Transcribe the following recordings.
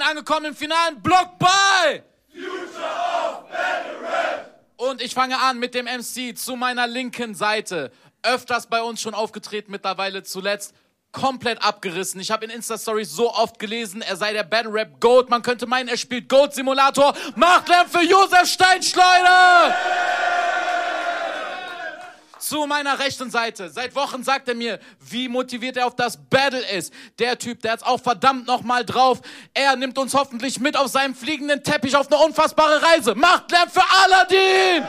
angekommen im finalen Block bei Future of Battle Rap. Und ich fange an mit dem MC zu meiner linken Seite. Öfters bei uns schon aufgetreten, mittlerweile zuletzt komplett abgerissen. Ich habe in Insta-Stories so oft gelesen, er sei der Battle Rap Goat. Man könnte meinen, er spielt Goat Simulator. Macht Lärm für Josef Steinschleuder! Zu meiner rechten Seite. Seit Wochen sagt er mir, wie motiviert er auf das Battle ist. Der Typ, der hat's auch verdammt nochmal drauf. Er nimmt uns hoffentlich mit auf seinem fliegenden Teppich auf eine unfassbare Reise. Macht Lärm für Aladdin!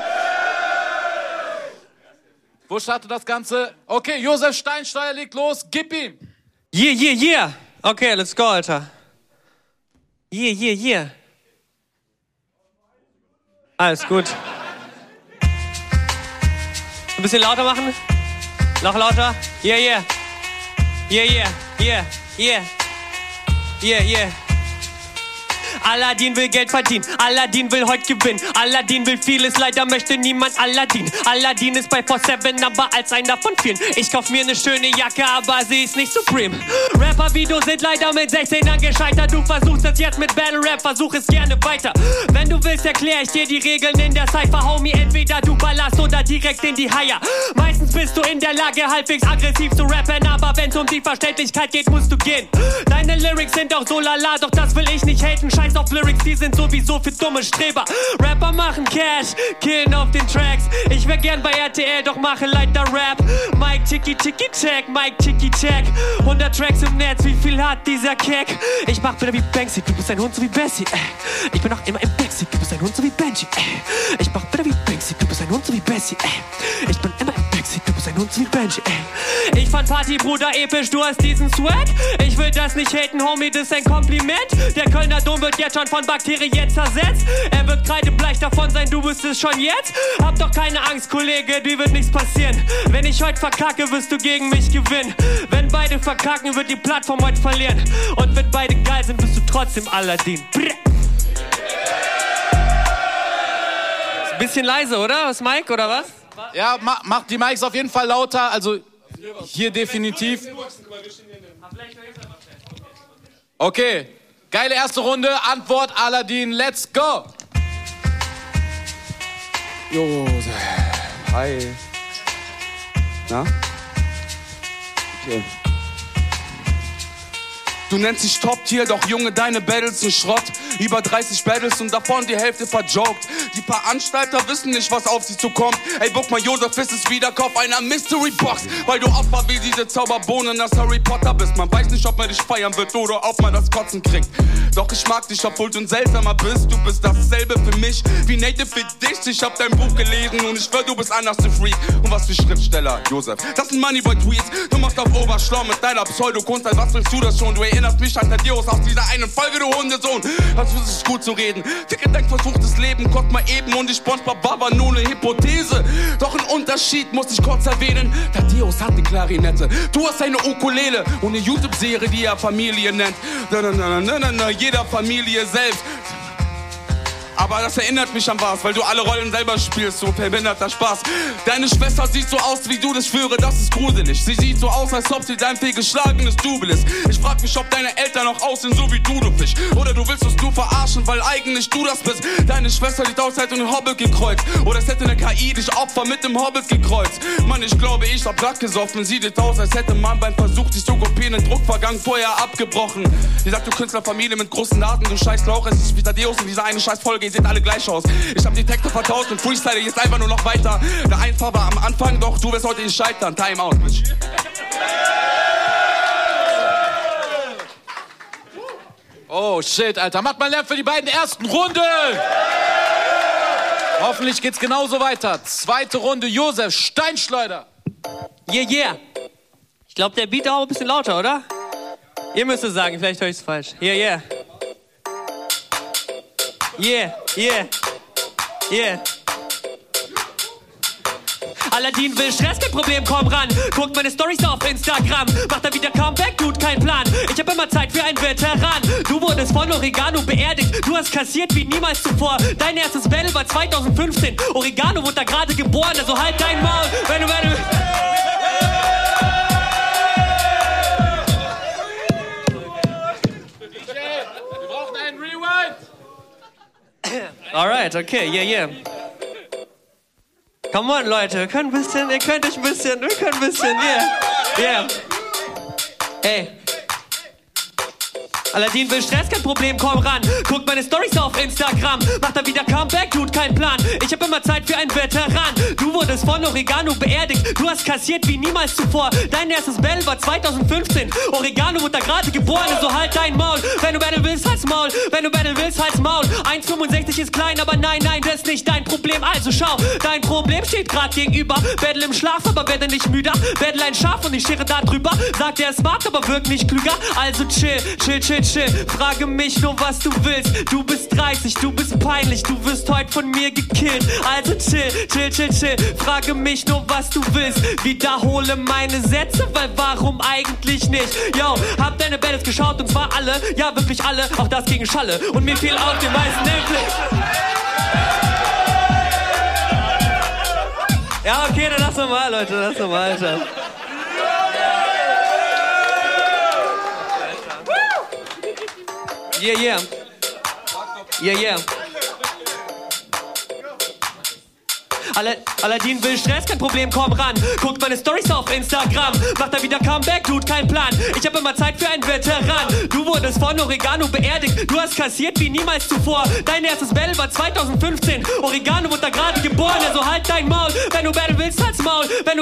Wo startet das Ganze? Okay, Josef Steinschleuder legt los. Gib ihm. Yeah, yeah, yeah. Okay, let's go, Alter. Yeah, yeah, yeah. Alles gut. Ein bisschen lauter machen. Noch lauter. Yeah, yeah. Yeah, yeah, yeah, yeah. Yeah, yeah. Aladdin will Geld verdienen, Aladdin will heute gewinnen, Aladdin will vieles, leider möchte niemand Aladdin. Aladdin ist bei 4-7, aber als einer von vielen. Ich kauf mir eine schöne Jacke, aber sie ist nicht Supreme. Rapper wie du sind leider mit 16ern gescheitert. Du versuchst es jetzt mit Battle Rap, versuch es gerne weiter. Wenn du willst, erklär ich dir die Regeln in der Cypher, Homie. Entweder du ballerst oder direkt in die Haie. Meistens bist du in der Lage, halbwegs aggressiv zu rappen, aber wenn's um die Verständlichkeit geht, musst du gehen. Deine Lyrics sind auch so lala, doch das will ich nicht haten. Scheiß auf Lyrics, die sind sowieso für dumme Streber. Rapper machen Cash, killen auf den Tracks. Ich wär gern bei RTL, doch mache leider Rap. Mike Tiki Tiki Check, Mike Tiki Check. 100 Tracks im Netz, wie viel hat dieser Keck? Ich mach wieder wie Banksy, du bist ein Hund so wie Bessie. Ich bin auch immer im Backseat, du bist ein Hund so wie Benji. Ich mach wieder wie Banksy, du bist ein Hund so wie Bessie. Ich bin immer im Backseat, du bist ein Hund so wie Benji. Ich fand Party, Bruder, episch, du hast diesen Swag. Ich will das nicht haten, Homie, das ist ein Kompliment. Der Kölner Dom wird jetzt schon von Bakterien zersetzt. Er wird kreidebleich davon sein, du bist es schon jetzt. Hab doch keine Angst, Kollege, dir wird nichts passieren. Wenn ich heute verkacke, wirst du gegen mich gewinnen. Wenn beide verkacken, wird die Plattform heute verlieren. Und wenn beide geil sind, bist du trotzdem Aladdin. Bisschen leise, oder? Was, Mike, oder was? Ja, mach die Mikes auf jeden Fall lauter. Also hier definitiv. Okay, geile erste Runde. Antwort Aladdin, let's go. Josef. Hi. Na? Okay. Du nennst dich Top-Tier, doch Junge, deine Battles sind Schrott. Über 30 Battles und davon die Hälfte verjoked. Die Veranstalter wissen nicht, was auf sie zukommt. Ey, guck mal, Josef ist es wieder, Kauf einer Mystery-Box. Weil du Opfer wie diese Zauberbohnen aus Harry Potter bist. Man weiß nicht, ob man dich feiern wird oder ob man das Kotzen kriegt. Doch ich mag dich, obwohl du ein seltsamer bist. Du bist dasselbe für mich wie Native für dich. Ich hab dein Buch gelesen und ich schwör, du bist anders zu Freak. Und was für Schriftsteller, Josef. Das sind Moneyboy-Tweets. Du machst auf Oberschlau mit deiner Pseudokunst. Was willst du das schon? Du erinnerst mich an Thaddeus aus dieser einen Folge, du Hundesohn. Das ist gut zu reden. Ficke dein versuchtes Leben, kommt mal eben und ich SpongeBob war nur eine Hypothese. Doch ein Unterschied muss ich kurz erwähnen. Thaddeus hat eine Klarinette. Du hast eine Ukulele und eine YouTube-Serie, die er Familie nennt. Na, jeder Familie selbst. Aber das erinnert mich an was, weil du alle Rollen selber spielst, so verminderter Spaß. Deine Schwester sieht so aus, wie du das schwöre, das ist gruselig. Sie sieht so aus, als ob sie dein fehlgeschlagenes Double ist. Ich frag mich, ob deine Eltern noch aussehen, so wie du Fisch. Oder du willst uns nur verarschen, weil eigentlich du das bist. Deine Schwester sieht aus, als hätte eine Hobbit gekreuzt. Oder es hätte eine KI dich Opfer mit dem Hobbit gekreuzt. Mann, ich glaube, ich hab Blatt gesoffen. Sieht aus, als hätte man beim Versuch, sich zu kopieren, den Druckvergang vorher abgebrochen. Die sagt, du Künstlerfamilie mit großen Daten, du scheiß Lauch, es ist wie Thaddeus in dieser eine scheiß Folge. Ihr seht alle gleich aus. Ich hab die Texte vertauscht und freestyle jetzt einfach nur noch weiter. Der Einfall war am Anfang, doch du wirst heute nicht scheitern. Time out, bitch. Oh shit, Alter. Macht mal Lärm für die beiden ersten Runden. Hoffentlich geht's genauso weiter. Zweite Runde, Josef Steinschleuder. Yeah, yeah. Ich glaube, der Beat auch ein bisschen lauter, oder? Ihr müsst es sagen, vielleicht höre ich es falsch. Yeah, yeah. Yeah, yeah, yeah. Aladdin will Stress, kein Problem, komm ran. Guckt meine Storys auf Instagram. Macht er wieder Comeback, gut, kein Plan. Ich hab immer Zeit für einen Veteran. Du wurdest von Oregano beerdigt. Du hast kassiert wie niemals zuvor. Dein erstes Battle war 2015. Oregano wurde da gerade geboren, also halt dein Maul. Wenn du Alright, okay, yeah. Come on, Leute, ihr könnt ein bisschen, wir können ein bisschen, yeah. Hey. Aladdin will Stress, kein Problem, komm ran. Guckt meine Storys auf Instagram. Macht da wieder Comeback, tut keinen Plan. Ich hab immer Zeit für einen Veteran. Du wurdest von Oregano beerdigt. Du hast kassiert wie niemals zuvor. Dein erstes Battle war 2015. Oregano wurde da gerade geboren, also halt dein Maul. Wenn du Battle willst, halt's Maul. Wenn du Battle willst, halt's Maul. 1,65 ist klein, aber nein, das ist nicht dein Problem. Also schau, dein Problem steht grad gegenüber. Battle im Schlaf, aber werde nicht müder. Battle ein Schaf und ich schere da drüber. Sagt, er ist smart, aber wirkt nicht klüger. Also chill. Frage mich nur, was du willst. Du bist 30, du bist peinlich. Du wirst heute von mir gekillt. Also chill. Frage mich nur, was du willst. Wiederhole meine Sätze, weil warum eigentlich nicht? Yo, hab deine Battles geschaut und zwar alle. Ja, wirklich alle. Auch das gegen Schalle. Und mir fiel auf den meisten Netflix. Ja, okay, dann lass mal, Leute. Alter. Yeah. Aladdin will Stress, kein Problem, komm ran. Guckt meine Storys auf Instagram. Macht da wieder Comeback, tut keinen Plan. Ich hab immer Zeit für einen Veteran. Du wurdest von Oregano beerdigt. Du hast kassiert wie niemals zuvor. Dein erstes Battle war 2015. Oregano wurde da gerade geboren, also halt dein Maul. Wenn du Battle willst, halt's Maul.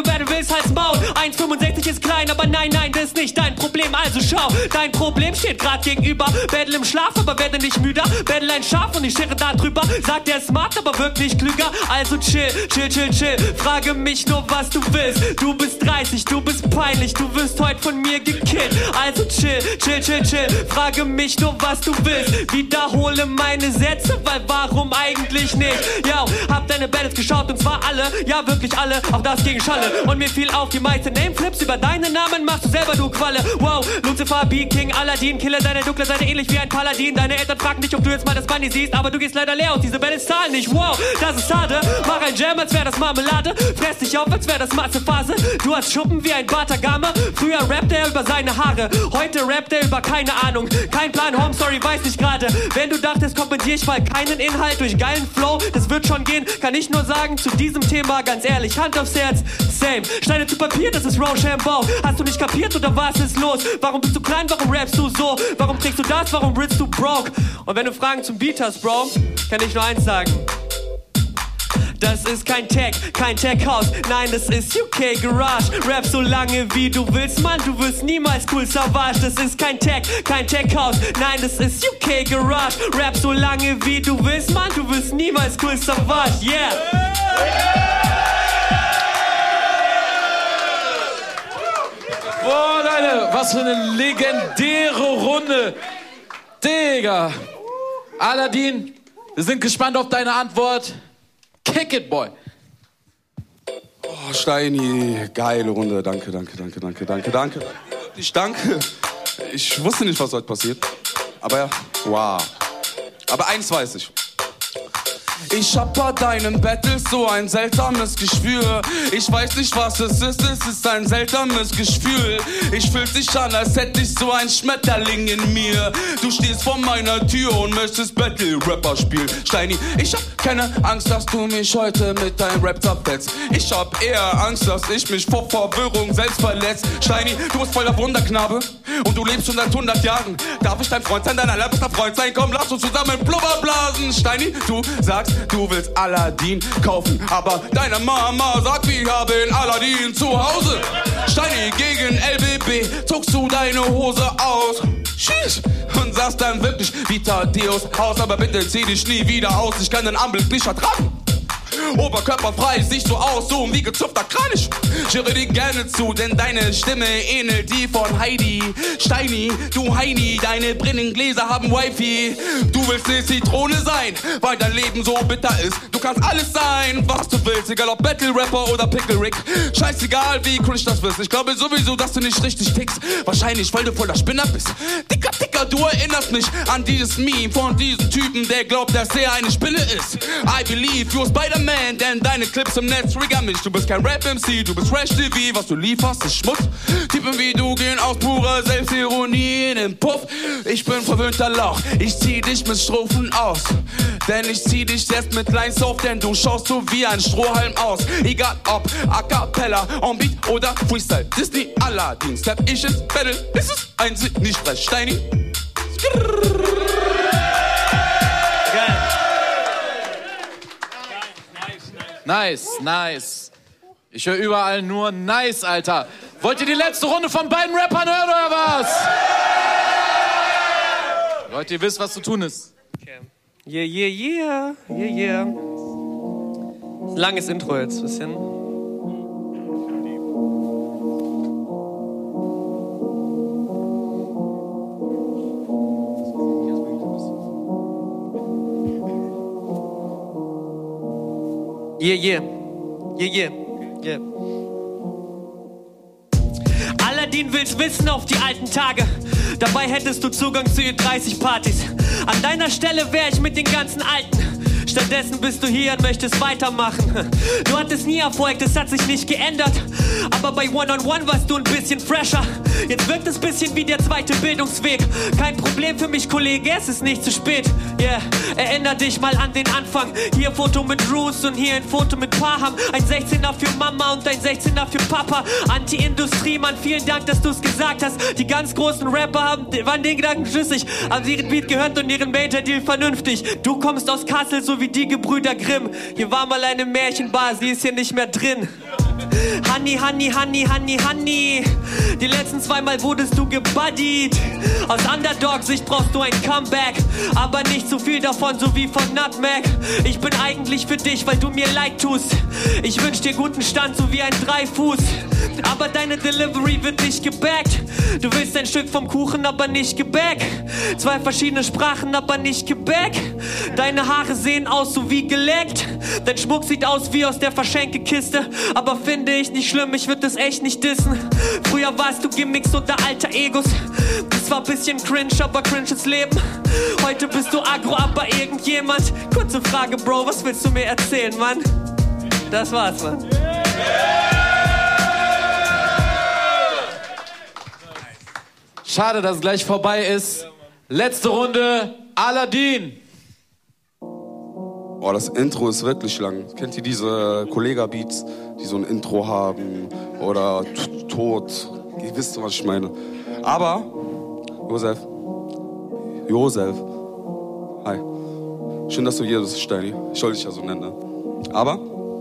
1,65 ist klein, aber nein, das ist nicht dein Problem. Also schau, dein Problem steht grad gegenüber. Battle im Schlaf, aber werde nicht müder. Battle ein Schaf und ich schere da drüber. Sagt, er ist smart, aber wirkt nicht klüger. Also chill. Frage mich nur, was du willst. Du bist 30, du bist peinlich. Du wirst heute von mir gekillt. Also chill. Frage mich nur, was du willst. Wiederhole meine Sätze, weil warum eigentlich nicht? Yo, hab deine Battles geschaut und zwar alle. Ja, wirklich alle. Auch das gegen Schalle. Und mir fiel auf, die meisten Nameflips über deinen Namen machst du selber, du Qualle. Wow, Lucifer, B-King, Aladdin, Killer deine dunkle Seite ähnlich wie ein Paladin. Deine Eltern fragen dich, ob du jetzt mal das Bunny siehst, aber du gehst leider leer aus, diese Battles zahlen nicht. Wow, das ist schade. Mach ein Jam, als wär das Marmelade. Fress dich auf, als wär das Massephase. Du hast Schuppen wie ein Batagame. Früher rappt er über seine Haare. Heute rappt er über keine Ahnung. Kein Plan, Home Story, weiß nicht gerade. Wenn du dachtest, kompensiere ich mal keinen Inhalt durch geilen Flow, das wird schon gehen. Kann ich nur sagen, zu diesem Thema ganz ehrlich, Hand aufs Herz, same. Steine zu Papier, das ist Rochambeau. Hast du nicht kapiert oder was ist los? Warum bist du klein, warum rappst du so? Warum trägst du das, warum bist du broke? Und wenn du Fragen zum Beat hast, Bro, kann ich nur eins sagen. Das ist kein Tech-House, nein, das ist UK Garage. Rap so lange wie du willst, Mann, du wirst niemals cool Savage. Das ist kein Tech-House, nein, das ist UK Garage. Rap so lange wie du willst, Mann, du wirst niemals cool Savage, yeah. Boah, Leute, was für eine legendäre Runde. Digga. Aladdin, wir sind gespannt auf deine Antwort. Kick it, boy. Oh, Steini, geile Runde. Danke. Ich danke. Ich wusste nicht, was heute passiert. Aber ja, wow. Aber eins weiß ich. Ich hab bei deinen Battles so ein seltsames Gespür. Ich weiß nicht, was es ist ein seltsames Gefühl. Ich fühl sich an, als hätte ich so ein Schmetterling in mir. Du stehst vor meiner Tür und möchtest Battle-Rapper spielen. Steini, ich hab keine Angst, dass du mich heute mit deinem Rap zerfetzt. Ich hab eher Angst, dass ich mich vor Verwirrung selbst verletzt. Steini, du bist voller Wunderknabe und du lebst schon seit 100 Jahren. Darf ich dein Freund sein, dein allerbester Freund sein? Komm, lass uns zusammen Blubber blasen. Steini, du sagst, du willst Aladdin kaufen, aber deine Mama sagt, wir haben Aladdin zu Hause. Steini, gegen LBB zuckst du deine Hose aus. Schieß und sagst dann wirklich wie Thaddeus Haus, aber bitte zieh dich nie wieder aus, ich kann den Anblick nicht ertragen. Oberkörperfrei, siehst du aus, so wie gezupfter Kranich. Ich höre dir gerne zu, denn deine Stimme ähnelt die von Heidi. Steini, du Heini, deine Brillengläser haben Wifi. Du willst eine Zitrone sein, weil dein Leben so bitter ist. Du kannst alles sein, was du willst, egal ob Battle-Rapper oder Pickle Rick. Scheißegal, wie cringe das bist. Ich glaube sowieso, dass du nicht richtig tickst. Wahrscheinlich, weil du voller Spinner bist. Dicker, du erinnerst mich an dieses Meme von diesem Typen, der glaubt, dass er eine Spinne ist. I believe you're Spider-Man. Man, denn deine Clips im Netz triggern mich. Du bist kein Rap-MC, du bist Trash-TV, was du lieferst ist Schmutz. Typen wie du gehen aus purer Selbstironie in den Puff. Ich bin verwöhnter Lauch, ich zieh dich mit Strophen aus. Denn ich zieh dich jetzt mit Lines auf, denn du schaust so wie ein Strohhalm aus. Egal ob A Cappella, On Beat oder Freestyle, Disney, Aladdin. Step ich ins Battle, ist es einzig nicht frech, Steini. Nice. Ich höre überall nur nice, Alter. Wollt ihr die letzte Runde von beiden Rappern hören oder was? Leute, ihr wisst, was zu tun ist. Yeah. Langes Intro jetzt, bisschen. Yeah. Aladdin will's wissen auf die alten Tage. Dabei hättest du Zugang zu Ü30-Partys. An deiner Stelle wär ich mit den ganzen Alten. Stattdessen bist du hier und möchtest weitermachen. Du hattest nie Erfolg, das hat sich nicht geändert. Aber bei One-on-One warst du ein bisschen fresher. Jetzt wirkt es bisschen wie der zweite Bildungsweg. Kein Problem für mich, Kollege, es ist nicht zu spät. Yeah, erinner dich mal an den Anfang. Hier ein Foto mit Bruce und hier ein Foto mit Paham. Ein 16er für Mama und ein 16er für Papa. Anti-Industrie, Mann, vielen Dank, dass du es gesagt hast. Die ganz großen Rapper waren den Gedanken schlüssig. Haben ihren Beat gehört und ihren Major-Deal vernünftig. Du kommst aus Kassel, so wie die Gebrüder Grimm. Hier war mal eine Märchenbar, sie ist hier nicht mehr drin. Honey. Die letzten 2 Mal wurdest du gebuddied. Aus Underdog-Sicht brauchst du ein Comeback. Aber nicht so viel davon, so wie von Nutmeg. Ich bin eigentlich für dich, weil du mir leid tust. Ich wünsch dir guten Stand, so wie ein 3-Fuß. Aber deine Delivery wird nicht gebackt. Du willst ein Stück vom Kuchen, aber nicht Gebäck. 2 verschiedene Sprachen, aber nicht Gebäck. Deine Haare sehen aus so wie geleckt. Dein Schmuck sieht aus wie aus der Verschenkekiste. Aber finde ich nicht schlimm, ich würd das echt nicht dissen. Früher warst du Gimmicks oder alter Egos. Das war bisschen cringe, aber cringes Leben. Heute bist du aggro, aber irgendjemand. Kurze Frage, Bro, was willst du mir erzählen, Mann? Das war's, Mann. Schade, dass es gleich vorbei ist. Letzte Runde, Aladdin. Oh, das Intro ist wirklich lang. Kennt ihr diese Kollega-Beats, die so ein Intro haben? Oder Tod. Ihr wisst, was ich meine. Aber, Josef. Hi. Schön, dass du hier bist, Steini. Ich soll dich ja so nennen, ne? Aber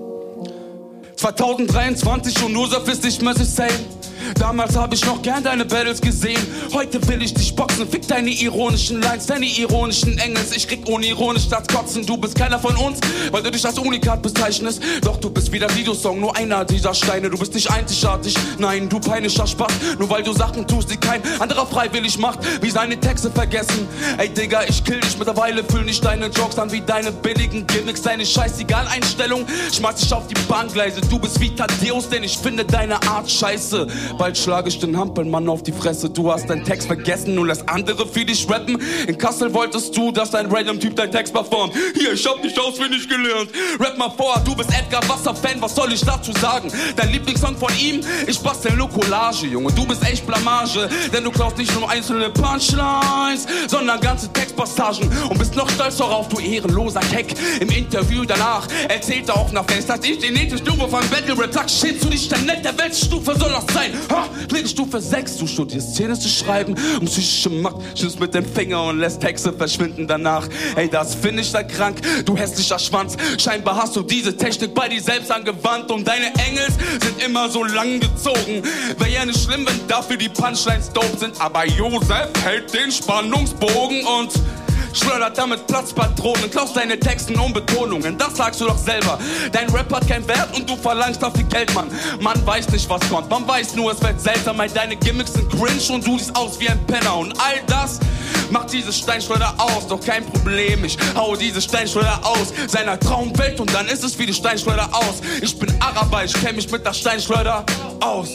2023 und Josef ist nicht mehr the same. Damals hab ich noch gern deine Battles gesehen. Heute will ich dich boxen. Fick deine ironischen Lines, deine ironischen Engels. Ich krieg unironisch das Kotzen. Du bist keiner von uns, weil du dich als Unikat bezeichnest. Doch du bist wie der Videosong, nur einer dieser Steine. Du bist nicht einzigartig, nein, du peinlicher Spaß. Nur weil du Sachen tust, die kein anderer freiwillig macht. Wie seine Texte vergessen. Ey Digga, ich kill dich mittlerweile. Fühl nicht deine Jokes an wie deine billigen Gimmicks. Deine scheißegal Einstellung, schmeiß dich auf die Bahngleise. Du bist wie Thaddeus, denn ich finde deine Art scheiße. Bald schlage ich den Hampelmann auf die Fresse. Du hast deinen Text vergessen und lässt andere für dich rappen. In Kassel wolltest du, dass ein random Typ deinen Text performt. Hier, ich hab nicht auswendig gelernt. Rap mal vor, du bist Edgar Wasser-Fan, was soll ich dazu sagen? Dein Lieblingssong von ihm? Ich bastel nur Collage, Junge. Du bist echt Blamage, denn du klaust nicht nur einzelne Punchlines, sondern ganze Textpassagen und bist noch stolz darauf, du ehrenloser Keck. Im Interview danach erzählt er auch nach Fans, dass ich die nächste Stufe von Battle Rap sag. Schätzt du dich denn nicht? Der Weltstufe soll das sein? Ha? Stufe 6, du studierst Szene zu schreiben und psychische Macht, schnippst mit dem Finger und lässt Texte verschwinden danach. Ey, das find ich da krank, du hässlicher Schwanz. Scheinbar hast du diese Technik bei dir selbst angewandt und deine Engels sind immer so lang gezogen. Wäre ja nicht schlimm, wenn dafür die Punchlines dope sind, aber Josef hält den Spannungsbogen und schleudert damit Platzpatronen, klaust deine Texten um Betonungen, das sagst du doch selber. Dein Rap hat keinen Wert und du verlangst dafür Geld, Mann. Man weiß nicht, was kommt, man weiß nur, es wird seltsam. Deine Gimmicks sind cringe und du siehst aus wie ein Penner. Und all das macht diese Steinschleuder aus, doch kein Problem, ich hau diese Steinschleuder aus seiner Traumwelt und dann ist es wie die Steinschleuder aus. Ich bin Araber, ich kenn mich mit der Steinschleuder aus.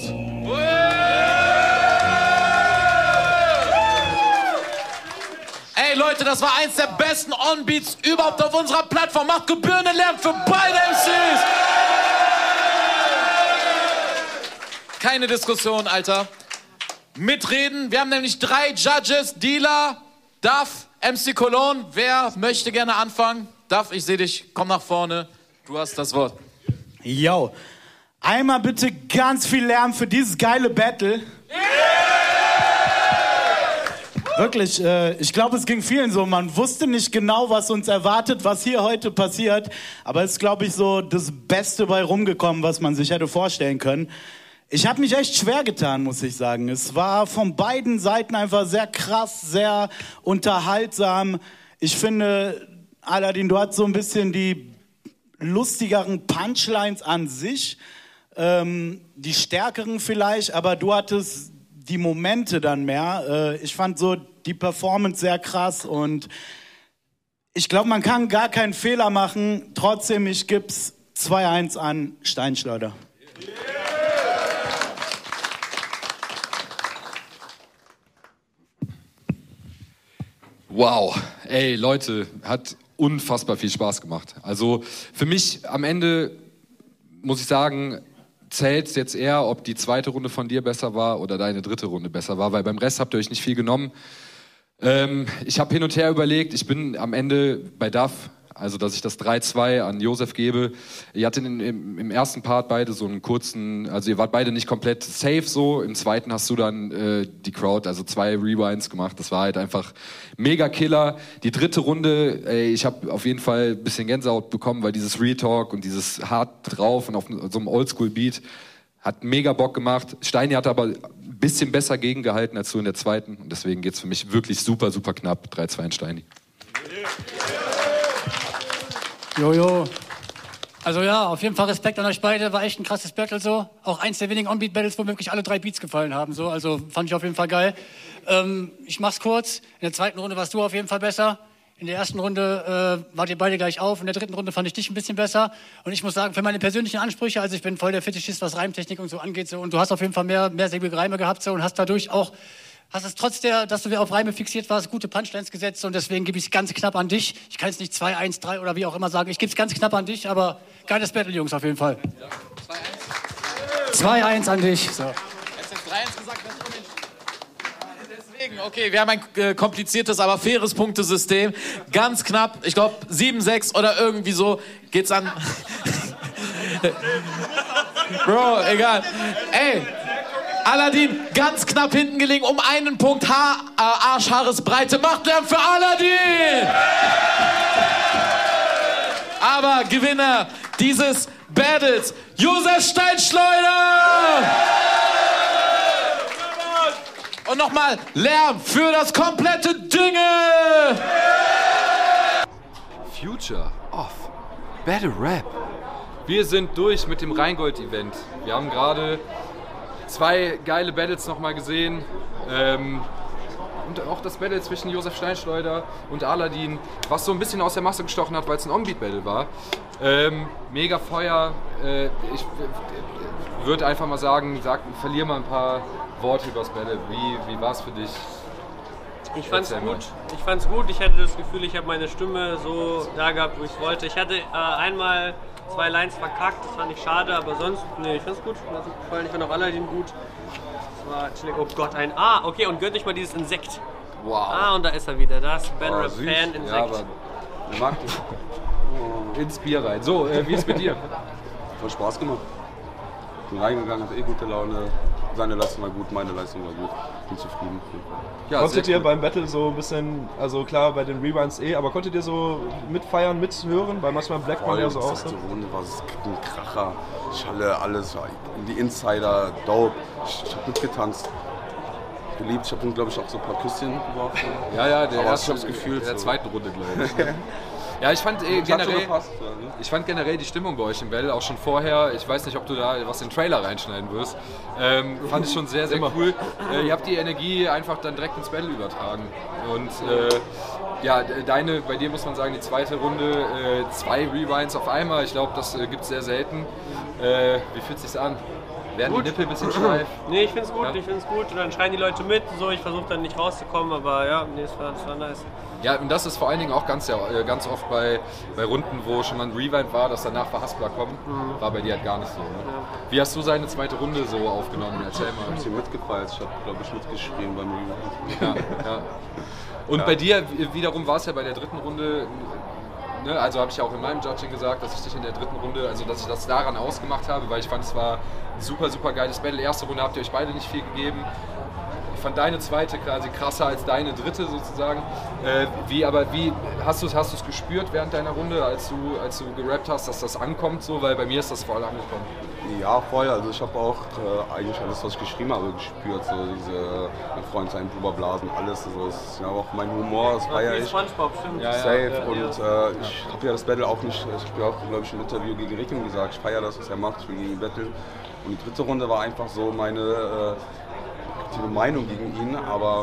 Ey Leute, das war eins der besten On-Beats überhaupt auf unserer Plattform. Macht gebührenden Lärm für beide MCs. Keine Diskussion, Alter. Mitreden. Wir haben nämlich 3 Judges. Dealer, Duff, MC Cologne. Wer möchte gerne anfangen? Duff, ich sehe dich. Komm nach vorne. Du hast das Wort. Yo. Einmal bitte ganz viel Lärm für dieses geile Battle. Wirklich, ich glaube, es ging vielen so. Man wusste nicht genau, was uns erwartet, was hier heute passiert. Aber es ist, glaube ich, so das Beste bei rumgekommen, was man sich hätte vorstellen können. Ich habe mich echt schwer getan, muss ich sagen. Es war von beiden Seiten einfach sehr krass, sehr unterhaltsam. Ich finde, Aladin, du hast so ein bisschen die lustigeren Punchlines an sich, die stärkeren vielleicht, aber du hattest die Momente dann mehr. Ich fand so die Performance sehr krass und ich glaube, man kann gar keinen Fehler machen. Trotzdem, ich gib's 2-1 an Steinschleuder. Wow, ey Leute, hat unfassbar viel Spaß gemacht. Also für mich am Ende, muss ich sagen, zählt jetzt eher, ob die zweite Runde von dir besser war oder deine dritte Runde besser war, weil beim Rest habt ihr euch nicht viel genommen. Ich habe hin und her überlegt, ich bin am Ende bei Duff, also dass ich das 3-2 an Josef gebe. Ihr hattet im ersten Part beide so einen kurzen, also ihr wart beide nicht komplett safe so. Im zweiten hast du dann die Crowd, also 2 Rewinds gemacht. Das war halt einfach mega Killer. Die dritte Runde, ich habe auf jeden Fall ein bisschen Gänsehaut bekommen, weil dieses Retalk und dieses hart drauf und auf so einem Oldschool-Beat hat mega Bock gemacht. Steini hat aber ein bisschen besser gegengehalten als du in der zweiten. Und deswegen geht's für mich wirklich super, super knapp. 3-2 an Steini. Jojo. Also ja, auf jeden Fall Respekt an euch beide. War echt ein krasses Battle so. Auch eins der wenigen On-Beat-Battles, wo mir wirklich alle 3 Beats gefallen haben. So. Also fand ich auf jeden Fall geil. Ich mach's kurz. In der zweiten Runde warst du auf jeden Fall besser. In der ersten Runde wart ihr beide gleich auf. In der dritten Runde fand ich dich ein bisschen besser. Und ich muss sagen, für meine persönlichen Ansprüche, also ich bin voll der Fetischist, was Reimtechnik und so angeht. So. Und du hast auf jeden Fall mehr säbige Reime gehabt so, und hast dadurch auch... Hast es trotz dass du auf Reime fixiert warst, gute Punchlines gesetzt und deswegen gebe ich es ganz knapp an dich. Ich kann jetzt nicht 2, 1, 3 oder wie auch immer sagen. Ich gebe es ganz knapp an dich, aber geiles Battle, Jungs, auf jeden Fall. 2-1 an dich. So. Hättest du 3-1 gesagt, wär's unentschieden. Deswegen, okay, wir haben ein kompliziertes, aber faires Punktesystem. Ganz knapp, ich glaube 7-6 oder irgendwie so geht's an... Bro, egal. Ey! Aladin ganz knapp hinten gelegen, um einen Punkt Arschhaaresbreite. Macht Lärm für Aladin! Aber Gewinner dieses Battles, Josef Steinschleuder! Und nochmal Lärm für das komplette Dünge! Future of Battle Rap. Wir sind durch mit dem Rheingold-Event. Wir haben gerade 2 geile Battles nochmal gesehen. Und auch das Battle zwischen Josef Steinschleuder und Aladin, was so ein bisschen aus der Masse gestochen hat, weil es ein On-Beat-Battle war. Mega Feuer. Ich würde einfach mal sagen, verlier mal ein paar Worte über das Battle. Wie war es für dich? Ich fand's gut. Ich hatte das Gefühl, ich habe meine Stimme so da gehabt, wo ich wollte. Ich hatte einmal 2 Lines verkackt, das fand ich schade, aber sonst, nee, ich fand's gut. Mir hat's gut gefallen. Ich fand auch Aladin gut. Das war chillig. Oh Gott, okay, und gönnt euch mal dieses Insekt. Wow. Und da ist er wieder. Das Battle Rap Fan Insekt. Ja, aber ich mag dich. Ins Bier rein. So, wie ist es mit dir? Hat Spaß gemacht. Bin reingegangen, hatte gute Laune. Seine Leistung war gut, meine Leistung war gut. Bin zufrieden. Ja, konntet ihr beim Battle so ein bisschen, also klar bei den Rewinds aber konntet ihr so mitfeiern, mithören? Weil manchmal blackt man ja so aus. Die Runde war ein Kracher, Schalle, alles. Die Insider, dope. Ich hab mitgetanzt. Geliebt. Ich hab ihm, glaube ich, auch so ein paar Küsschen geworfen. Ja, der erste, hab's gefühlt. In der so. zweiten Runde, glaube ich. Ja, ich fand generell die Stimmung bei euch im Battle auch schon vorher. Ich weiß nicht, ob du da was in den Trailer reinschneiden wirst. Fand ich schon sehr, sehr cool. Ihr habt die Energie einfach dann direkt ins Battle übertragen. Und bei dir muss man sagen, die zweite Runde, 2 Rewinds auf einmal. Ich glaube, das gibt's sehr selten. Wie fühlt es sich an? Werden die Nippel ein bisschen steif? Nee, ich find's gut, Ja. ich find's gut. Und dann schreien die Leute mit, so, ich versuche dann nicht rauszukommen, aber ja, nee, es war nice. Ja, und das ist vor allen Dingen auch ganz oft bei Runden, wo schon mal ein Rewind war, dass danach Verhaspler kommen. War bei dir halt gar nicht so. Ne? Wie hast du seine zweite Runde so aufgenommen? Erzähl mal. Ich hab sie mitgefeiert, ich habe, glaube ich, mitgeschrien beim Rewind. Ja. Und bei dir wiederum war es ja bei der dritten Runde, ne, also habe ich ja auch in meinem Judging gesagt, dass ich dich in der dritten Runde, also dass ich das daran ausgemacht habe, weil ich fand, es war ein super, super geiles Battle. Erste Runde habt ihr euch beide nicht viel gegeben. Ich fand deine zweite quasi krasser als deine dritte sozusagen. Wie hast du es gespürt während deiner Runde, als du gerappt hast, dass das ankommt so? Weil bei mir ist das voll angekommen. Ja, voll. Also ich habe auch eigentlich alles, was ich geschrieben habe, gespürt. So diese mein Freund sein Blubberblasen, alles. Also es ist ja auch mein Humor, das feiere ich. SpongeBob, stimmt. Safe. Und ich habe ja das Battle auch nicht, ich habe ja auch, glaube ich, im Interview gegen Rikim gesagt, ich feiere das, was er macht, ich will gegen ihn Battle. Und die dritte Runde war einfach so meine Meinung gegen ihn, aber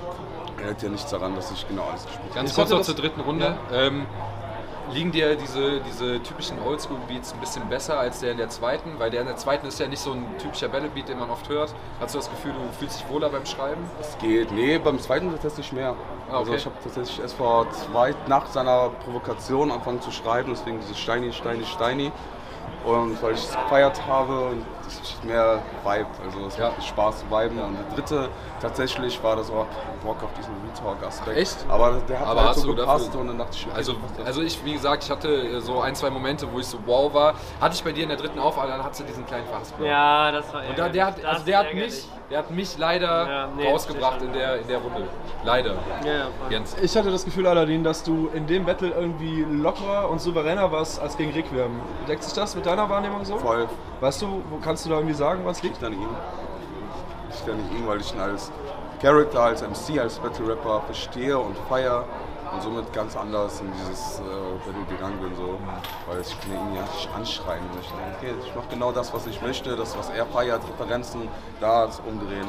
er hat ja nichts daran, dass ich genau alles gespielt habe. Ganz kurz noch zur dritten Runde. Ja. Liegen dir diese typischen Oldschool-Beats ein bisschen besser als der in der zweiten? Weil der in der zweiten ist ja nicht so ein typischer Battle-Beat, den man oft hört. Hast du das Gefühl, du fühlst dich wohler beim Schreiben? Es geht. Nee, beim zweiten tatsächlich mehr. Okay. Also ich habe tatsächlich erst nach seiner Provokation angefangen zu schreiben, deswegen dieses Steini. Und weil ich es gefeiert habe und das ist mehr vibed, also es macht Spaß zu viben. Und der dritte tatsächlich war das auch Bock auf diesen Retalk-Aspekt. Echt? Aber der hat aber halt so du gepasst dafür, und dann dachte ich, okay, also ich, wie gesagt, ich hatte so ein, zwei Momente, wo ich so wow war. Hatte ich bei dir in der dritten auch, aber dann hat sie diesen kleinen Verhaspler. Ja, das war ärgerlich. Und der hat mich leider rausgebracht in der Runde. Leider. Ja, Jens. Ich hatte das Gefühl, Aladin, dass du in dem Battle irgendwie lockerer und souveräner warst als gegen Requiem. Deckt sich das mit deiner Wahrnehmung so? voll. Weißt du, kannst du da irgendwie sagen, was liegt? Liegt an ihm. Liegt an ihm, weil ich ihn als Character, als MC, als Battle-Rapper verstehe und feiere und somit ganz anders in dieses Battle gegangen bin, so, weil ich ihn ja nicht anschreien möchte. Okay, ich mache genau das, was ich möchte, das, was er feiert, Referenzen, da umdrehen.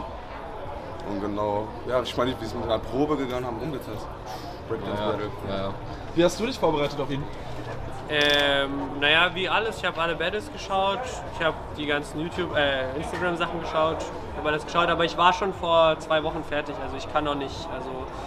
Und genau, ja, ich meine, wir sind mit einer Probe gegangen, haben umgetestet. Breakdance-Battle. Ja. Wie hast du dich vorbereitet auf ihn? Naja, wie alles. Ich habe alle Battles geschaut. Ich habe die ganzen Instagram-Sachen geschaut. Ich habe alles geschaut, aber ich war schon vor 2 Wochen fertig. Also ich kann noch nicht. Also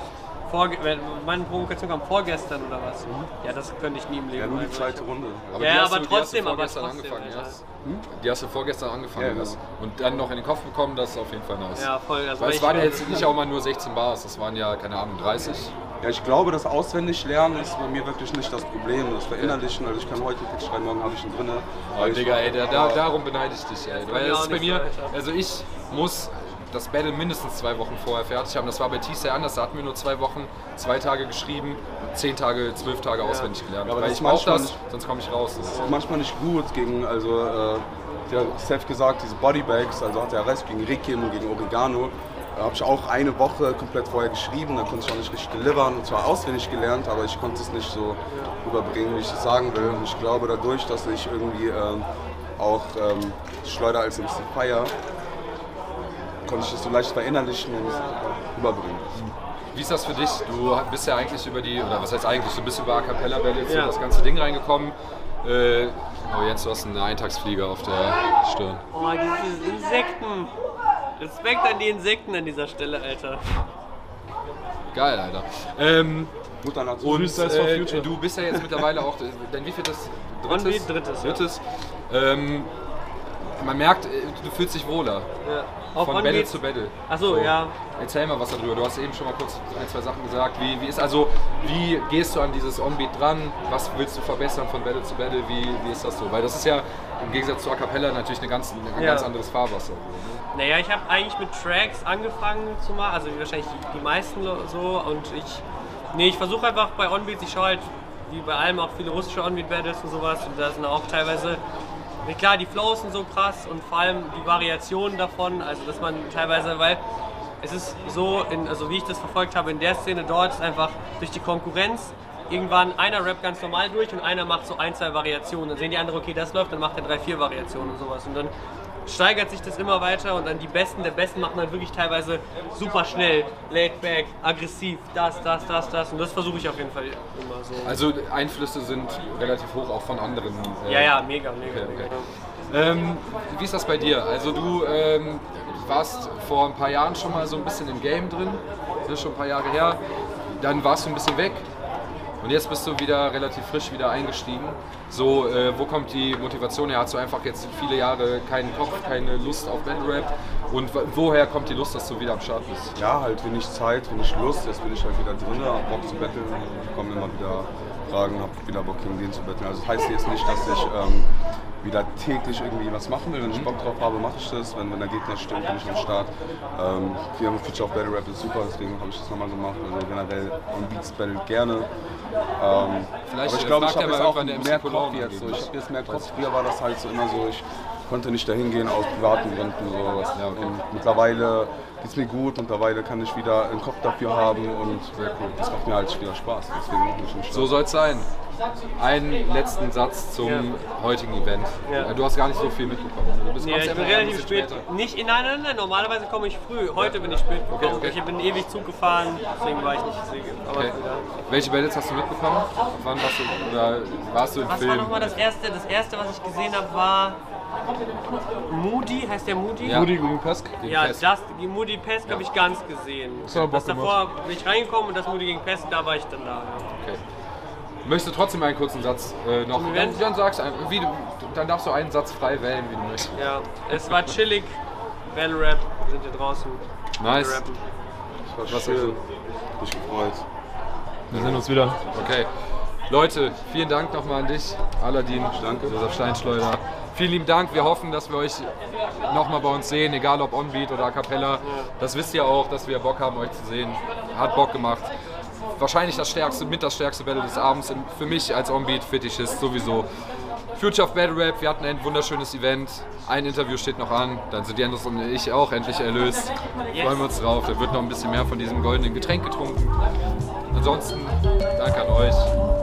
meine Provokation kam vorgestern oder was? Ja, das könnte ich nie im Leben. Ja, nur die zweite Runde. Aber ja, die hast du vorgestern trotzdem, angefangen, Alter. Die hast du vorgestern angefangen. Ja, hast. Und dann noch in den Kopf bekommen, das ist auf jeden Fall nice. Ja, voll. Also Weil es waren ja jetzt nicht auch mal nur 16 Bars, das waren ja, keine Ahnung, 30. Ja, ich glaube, das Auswendiglernen ist bei mir wirklich nicht das Problem. Das Verinnerlichen, also ich kann heute einen Text schreiben, morgen habe ich ihn drin. Oh, Digga, ey, darum beneide ich dich, ey. Weil das ist bei mir, also ich muss das Battle mindestens 2 Wochen vorher fertig haben. Das war bei T-Say anders, da hatten wir nur 2 Wochen, 2 Tage geschrieben, 10 Tage, 12 Tage auswendig gelernt. Ja, aber weil das ich brauche das, nicht, sonst komme ich raus. Das ist manchmal nicht gut gegen, also der Seth gesagt, diese Bodybags, also hat er recht, gegen Rikim und gegen Oregano. Da habe ich auch eine Woche komplett vorher geschrieben, da konnte ich auch nicht richtig delivern, und zwar auswendig gelernt, aber ich konnte es nicht so überbringen, wie ich es sagen will. Und ich glaube, dadurch, dass ich irgendwie auch Schleuder als MC feier, konnte ich das so leicht verinnerlichen und überbringen. Wie ist das für dich? Du bist ja eigentlich oder was heißt eigentlich, du bist über A Cappella Battles in das ganze Ding reingekommen. Oh Jens, du hast einen Eintagsflieger auf der Stirn. Oh, diese Insekten. Respekt an die Insekten an dieser Stelle, Alter. Geil, Alter. Gut, dann Und du bist ja jetzt mittlerweile auch, dein wievieltes? Drittes. Man merkt, du fühlst dich wohler. Ja. Von Battle zu Battle. Achso, ja. Erzähl mal was darüber. Du hast eben schon mal kurz 1, 2 Sachen gesagt. Wie gehst du an dieses Onbeat dran? Was willst du verbessern von Battle zu Battle? Wie ist das so? Weil das ist ja im Gegensatz zu A Cappella natürlich ein ganz anderes Fahrwasser. Naja, ich habe eigentlich mit Tracks angefangen zu machen, also wahrscheinlich die meisten so. Und ich versuche einfach bei Onbeats, ich schaue halt wie bei allem auch viele russische Onbeat-Battles und sowas. Und da sind auch teilweise, klar, die Flows sind so krass und vor allem die Variationen davon, also dass man teilweise, weil es ist so, also wie ich das verfolgt habe in der Szene dort, ist einfach durch die Konkurrenz irgendwann einer rappt ganz normal durch und einer macht so 1, 2 Variationen. Dann sehen die anderen, okay, das läuft, dann macht er 3, 4 Variationen und sowas. Und dann steigert sich das immer weiter und dann die Besten der Besten machen dann wirklich teilweise super schnell, laid back, aggressiv, das. Und das versuche ich auf jeden Fall immer so. Also Einflüsse sind relativ hoch auch von anderen. Ja, mega. Okay. Wie ist das bei dir? Also du warst vor ein paar Jahren schon mal so ein bisschen im Game drin, das ist schon ein paar Jahre her. Dann warst du ein bisschen weg und jetzt bist du wieder relativ frisch wieder eingestiegen. So, wo kommt die Motivation her? Hast du einfach jetzt viele Jahre keinen Kopf, keine Lust auf Battle Rap? Und woher kommt die Lust, dass du wieder am Start bist? Ja, halt wenig Zeit, wenig Lust. Jetzt bin ich halt wieder drin, hab Bock zu battlen. Ich komme immer wieder Fragen, hab wieder Bock gegen den zu battlen. Also das heißt jetzt nicht, dass ich wieder täglich irgendwie was machen will. Wenn ich Bock drauf habe, mache ich das. Wenn der Gegner stimmt, bin ich am Start. Future of Battle Rap ist super, deswegen habe ich das nochmal gemacht. Also generell on Beats battle gerne. Vielleicht aber ich glaube, ich habe jetzt auch der mehr Kopf jetzt. So. Ich habe jetzt mehr Kopf. Früher war das halt so immer so, ich konnte nicht dahin gehen aus privaten Gründen. So. Ja, okay. Und mittlerweile geht es mir gut, mittlerweile kann ich wieder einen Kopf dafür haben und das macht mir halt wieder Spaß. Deswegen mache ich einen Start. So soll es sein. Einen letzten Satz zum heutigen Event. Ja. Du hast gar nicht so viel mitbekommen. Ich bin relativ spät. Nein, normalerweise komme ich früh. Heute bin ich spät gekommen. Okay. Ich bin ewig Zug gefahren, deswegen war ich nicht okay. Welche Battles hast du mitbekommen? Wann warst du, oder warst du im Film? Was war nochmal das erste? Das erste, was ich gesehen habe, war Moody, heißt der Moody? Ja. Moody gegen Pesk? Ja, das Moody Pesk habe ich ganz gesehen. Das davor bin ich reingekommen und das Moody gegen Pesk, da war ich dann da. Ja. Okay. Möchtest du trotzdem einen kurzen Satz noch? Dann sagst dann darfst du einen Satz frei wählen, wie du möchtest. Ja, es war chillig. Battle Rap, wir sind hier draußen. Nice. Das war schön. Mich gefreut. Wir sehen uns wieder. Okay. Leute, vielen Dank nochmal an dich, Aladin, danke. Josef Steinschleuder. Vielen lieben Dank. Wir hoffen, dass wir euch nochmal bei uns sehen, egal ob On-Beat oder A Cappella. Das wisst ihr auch, dass wir Bock haben, euch zu sehen. Hat Bock gemacht. Wahrscheinlich das stärkste Battle des Abends für mich als On-Beat-Fetischist sowieso. Future of Battle Rap, wir hatten ein wunderschönes Event. Ein Interview steht noch an, dann sind Jens und ich auch endlich erlöst. Freuen wir uns drauf, da wird noch ein bisschen mehr von diesem goldenen Getränk getrunken. Ansonsten, danke an euch.